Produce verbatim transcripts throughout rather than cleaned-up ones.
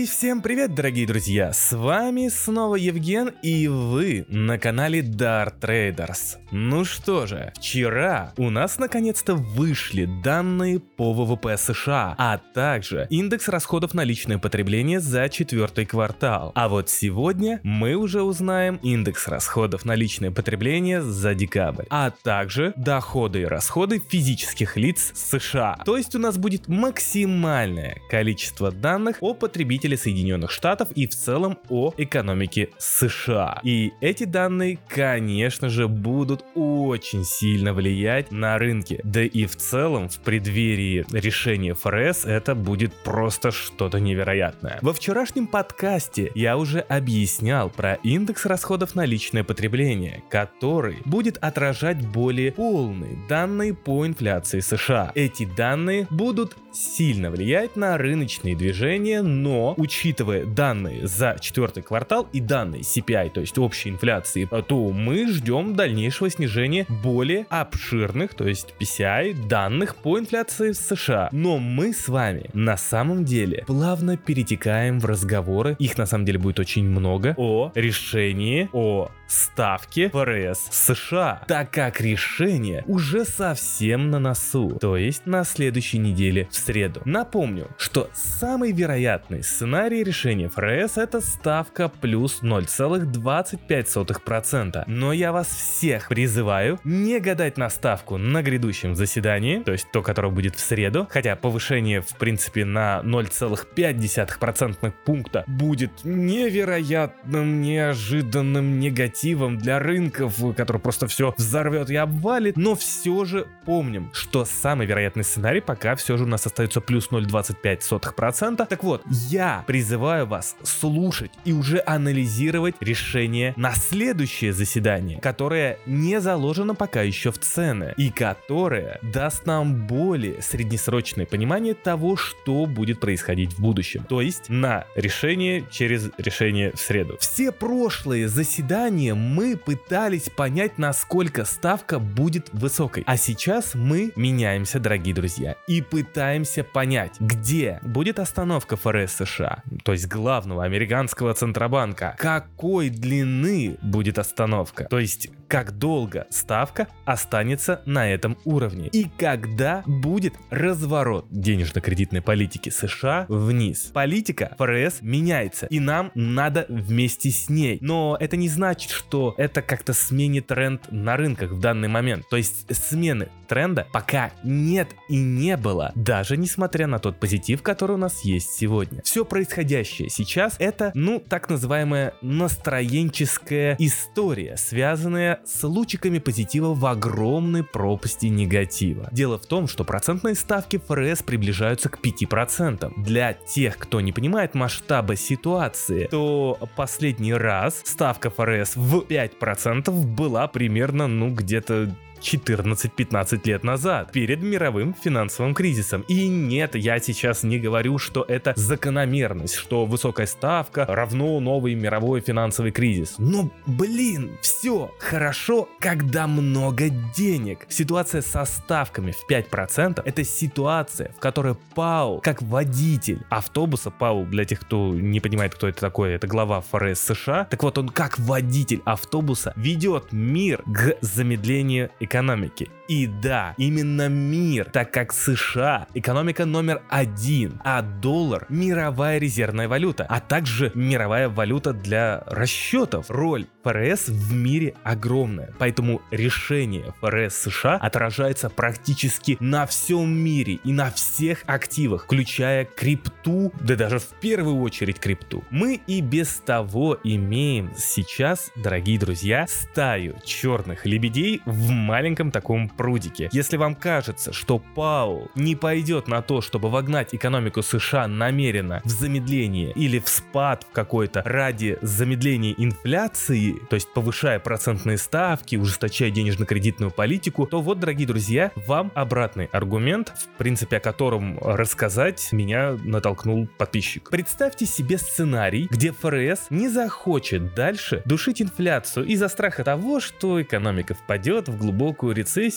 всем привет, дорогие друзья! С вами снова Евген, и вы на канале Dart Traders. Ну что же, вчера у нас наконец-то вышли данные по ВВП США, а также индекс расходов на личное потребление за четвертый квартал. А вот сегодня мы уже узнаем индекс расходов на личное потребление за декабрь, а также доходы и расходы физических лиц США. То есть у нас будет максимальное количество данных о потребителе Соединенных Штатов и в целом о экономике США. И эти данные, конечно же, будут очень сильно влиять на рынки. Да и в целом в преддверии решения эф эр эс это будет просто что-то невероятное. Во вчерашнем подкасте я уже объяснял про индекс расходов на личное потребление, который будет отражать более полные данные по инфляции США. Эти данные будут сильно влиять на рыночные движения, но учитывая данные за четвертый квартал и данные си пи ай, то есть общей инфляции, то мы ждем дальнейшего снижения более обширных, то есть пи си ай, данных по инфляции в США. Но мы с вами на самом деле плавно перетекаем в разговоры, их на самом деле будет очень много, о решении, о ставке эф эр эс США, так как решение уже совсем на носу, то есть на следующей неделе в среду. Напомню, что самый вероятный сценарий решения эф эр эс это ставка плюс ноль целых двадцать пять сотых процента. Но я вас всех призываю не гадать на ставку на грядущем заседании, то есть то, которое будет в среду, хотя повышение в принципе на ноль целых пять десятых процентных пункта будет невероятным, неожиданным негативом для рынков, который просто все взорвет и обвалит, но все же помним, что самый вероятный сценарий пока все же у нас остается плюс ноль целых двадцать пять сотых процента. Так вот, я призываю вас слушать и уже анализировать решение на следующее заседание, которое не заложено пока еще в цены и которое даст нам более среднесрочное понимание того, что будет происходить в будущем, то есть на решение через решение в среду. Все прошлые заседания мы пытались понять, насколько ставка будет высокой, а сейчас мы меняемся, дорогие друзья, и пытаемся понять, где будет остановка эф эр эс США, то есть главного американского центробанка, какой длины будет остановка, то есть как долго ставка останется на этом уровне и когда будет разворот денежно-кредитной политики США вниз. Политика эф эр эс меняется, и нам надо вместе с ней, но это не значит, что это как-то сменит тренд на рынках в данный момент, то есть смены тренда пока нет и не было, даже несмотря на тот позитив, который у нас есть сегодня. Все происходящее сейчас это, ну, так называемая настроенческая история, связанная с лучиками позитива в огромной пропасти негатива. Дело в том, что процентные ставки эф эр эс приближаются к пяти процентам. Для тех, кто не понимает масштаба ситуации, то последний раз ставка эф эр эс в пять процентов была примерно, ну, где-то четырнадцать-пятнадцать лет назад, перед мировым финансовым кризисом. И нет, я сейчас не говорю, что это закономерность, что высокая ставка равно новый мировой финансовый кризис. Но, блин, все хорошо, когда много денег. Ситуация со ставками в пять процентов это ситуация, в которой Пауэлл, как водитель автобуса, Пауэлл, для тех, кто не понимает, кто это такой, это глава эф эр эс США, так вот он как водитель автобуса ведет мир к замедлению экономики. И да, именно мир, так как США экономика номер один, а доллар мировая резервная валюта, а также мировая валюта для расчетов. Роль эф эр эс в мире огромная, поэтому решение эф эр эс США отражается практически на всем мире и на всех активах, включая крипту, да даже в первую очередь крипту. Мы и без того имеем сейчас, дорогие друзья, стаю черных лебедей в маленьком таком прудике. Если вам кажется, что Пауэлл не пойдет на то, чтобы вогнать экономику США намеренно в замедление или в спад в какой-то ради замедления инфляции, то есть повышая процентные ставки, ужесточая денежно-кредитную политику, то вот, дорогие друзья, вам обратный аргумент, в принципе, о котором рассказать меня натолкнул подписчик. Представьте себе сценарий, где эф эр эс не захочет дальше душить инфляцию из-за страха того, что экономика впадет в глубокую рецессию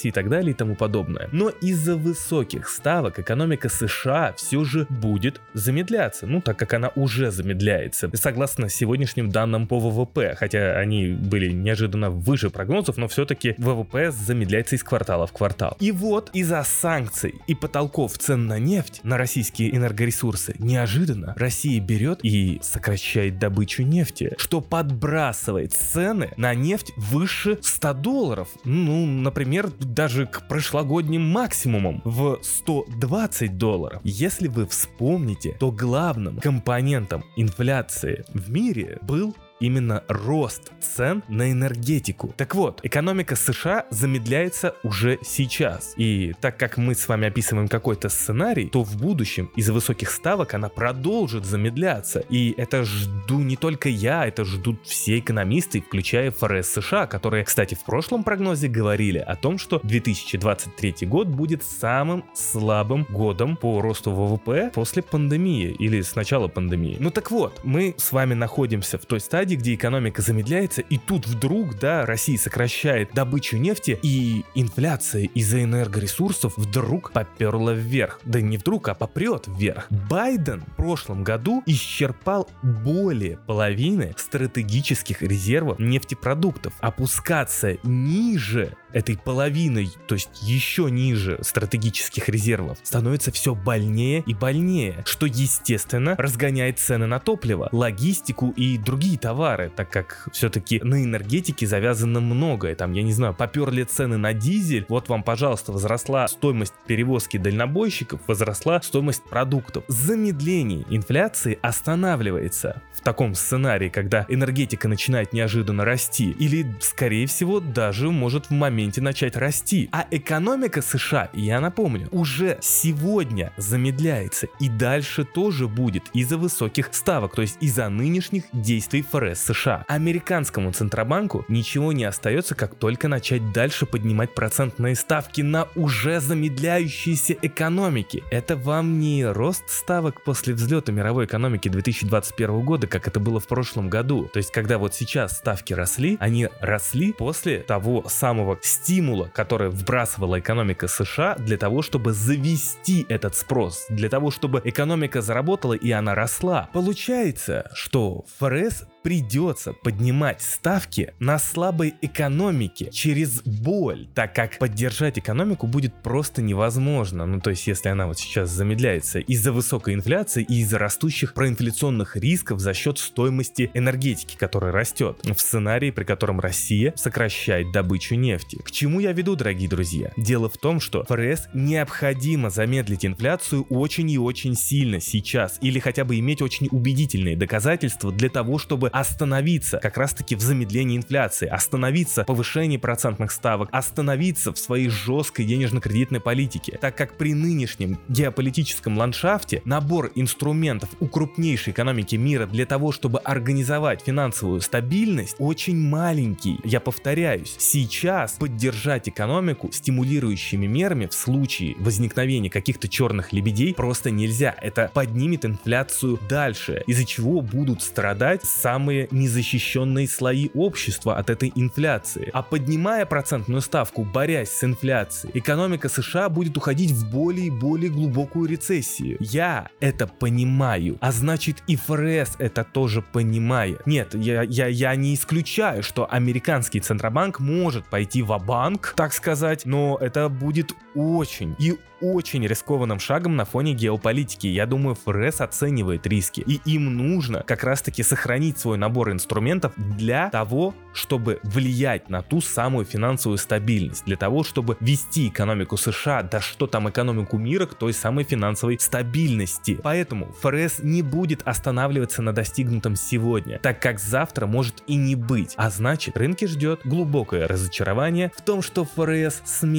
и так далее и тому подобное. Но из-за высоких ставок экономика США все же будет замедляться, ну так как она уже замедляется, согласно сегодняшним данным по ВВП, хотя они были неожиданно выше прогнозов, но все-таки ВВП замедляется из квартала в квартал. И вот из-за санкций и потолков цен на нефть, на российские энергоресурсы, неожиданно Россия берет и сокращает добычу нефти, что подбрасывает цены на нефть выше ста долларов. Ну, например, даже к прошлогодним максимумам в сто двадцать долларов. Если вы вспомните, то главным компонентом инфляции в мире был именно рост цен на энергетику. Так вот, экономика США замедляется уже сейчас. И так как мы с вами описываем какой-то сценарий, то в будущем из-за высоких ставок она продолжит замедляться. И это жду не только я, это ждут все экономисты, включая эф эр эс США, которые, кстати, в прошлом прогнозе говорили о том, что две тысячи двадцать третий год будет самым слабым годом по росту ВВП после пандемии или с начала пандемии. Ну так вот, мы с вами находимся в той стадии, где экономика замедляется, и тут вдруг, да, Россия сокращает добычу нефти, и инфляция из-за энергоресурсов вдруг поперла вверх. Да не вдруг, а попрет вверх. Байден в прошлом году исчерпал более половины стратегических резервов нефтепродуктов. Опускаться ниже этой половины, то есть еще ниже стратегических резервов, становится все больнее и больнее, что, естественно, разгоняет цены на топливо, логистику и другие товары, так как все-таки на энергетике завязано многое. Там, я не знаю, поперли цены на дизель, вот вам, пожалуйста, возросла стоимость перевозки дальнобойщиков, возросла стоимость продуктов. Замедление инфляции останавливается в таком сценарии, когда энергетика начинает неожиданно расти, или, скорее всего, даже может в момент начать расти. А экономика США, я напомню, уже сегодня замедляется и дальше тоже будет из-за высоких ставок, то есть из-за нынешних действий эф эр эс США. Американскому Центробанку ничего не остается, как только начать дальше поднимать процентные ставки на уже замедляющиеся экономики. Это вам не рост ставок после взлета мировой экономики две тысячи двадцать первого года, как это было в прошлом году. То есть, когда вот сейчас ставки росли, они росли после того самого стимула, который вбрасывала экономика США для того, чтобы завести этот спрос, для того, чтобы экономика заработала и она росла. Получается, что эф эр эс придется поднимать ставки на слабой экономике через боль, так как поддержать экономику будет просто невозможно. Ну, то есть, если она вот сейчас замедляется из-за высокой инфляции и из-за растущих проинфляционных рисков за счет стоимости энергетики, которая растет, в сценарии, при котором Россия сокращает добычу нефти. К чему я веду, дорогие друзья? Дело в том, что эф эр эс необходимо замедлить инфляцию очень и очень сильно сейчас, или хотя бы иметь очень убедительные доказательства для того, чтобы остановиться как раз-таки в замедлении инфляции, остановиться в повышении процентных ставок, остановиться в своей жесткой денежно-кредитной политике, так как при нынешнем геополитическом ландшафте набор инструментов у крупнейшей экономики мира для того, чтобы организовать финансовую стабильность, очень маленький. Я повторяюсь, сейчас поддержать экономику стимулирующими мерами в случае возникновения каких-то черных лебедей просто нельзя. Это поднимет инфляцию дальше, из-за чего будут страдать самые незащищенные слои общества от этой инфляции. А поднимая процентную ставку, борясь с инфляцией, экономика США будет уходить в более и более глубокую рецессию. Я это понимаю, а значит и эф эр эс это тоже понимает. Нет, я, я, я не исключаю, что американский Центробанк может пойти ва-банк, так сказать, но это будет очень и очень рискованным шагом на фоне геополитики. Я думаю, эф эр эс оценивает риски, и им нужно как раз-таки сохранить свой набор инструментов для того, чтобы влиять на ту самую финансовую стабильность, для того, чтобы вести экономику США, да что там экономику мира, к той самой финансовой стабильности. Поэтому эф эр эс не будет останавливаться на достигнутом сегодня, так как завтра может и не быть. А значит, рынки ждет глубокое разочарование в том, что эф эр эс сменит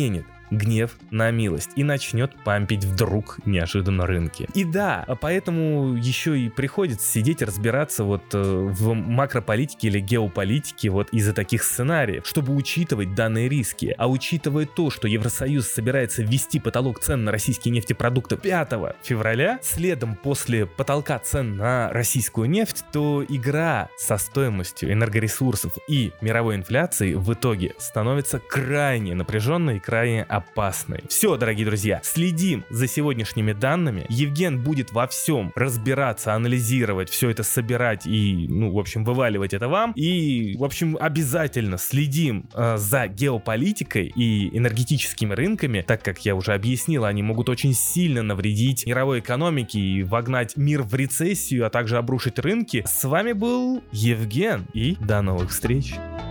гнев на милость и начнет пампить вдруг неожиданно рынки. И да, поэтому еще и приходится сидеть разбираться вот э, в макрополитике или геополитике вот из-за таких сценариев, чтобы учитывать данные риски. А учитывая то, что Евросоюз собирается ввести потолок цен на российские нефтепродукты пятого февраля, следом после потолка цен на российскую нефть, то игра со стоимостью энергоресурсов и мировой инфляцией в итоге становится крайне напряженной и крайне опасной. Все, дорогие друзья, следим за сегодняшними данными. Евген будет во всем разбираться, анализировать, все это собирать и, ну, в общем, вываливать это вам. И, в общем, обязательно следим э, за геополитикой и энергетическими рынками, так как я уже объяснил, они могут очень сильно навредить мировой экономике и вогнать мир в рецессию, а также обрушить рынки. С вами был Евген, и до новых встреч!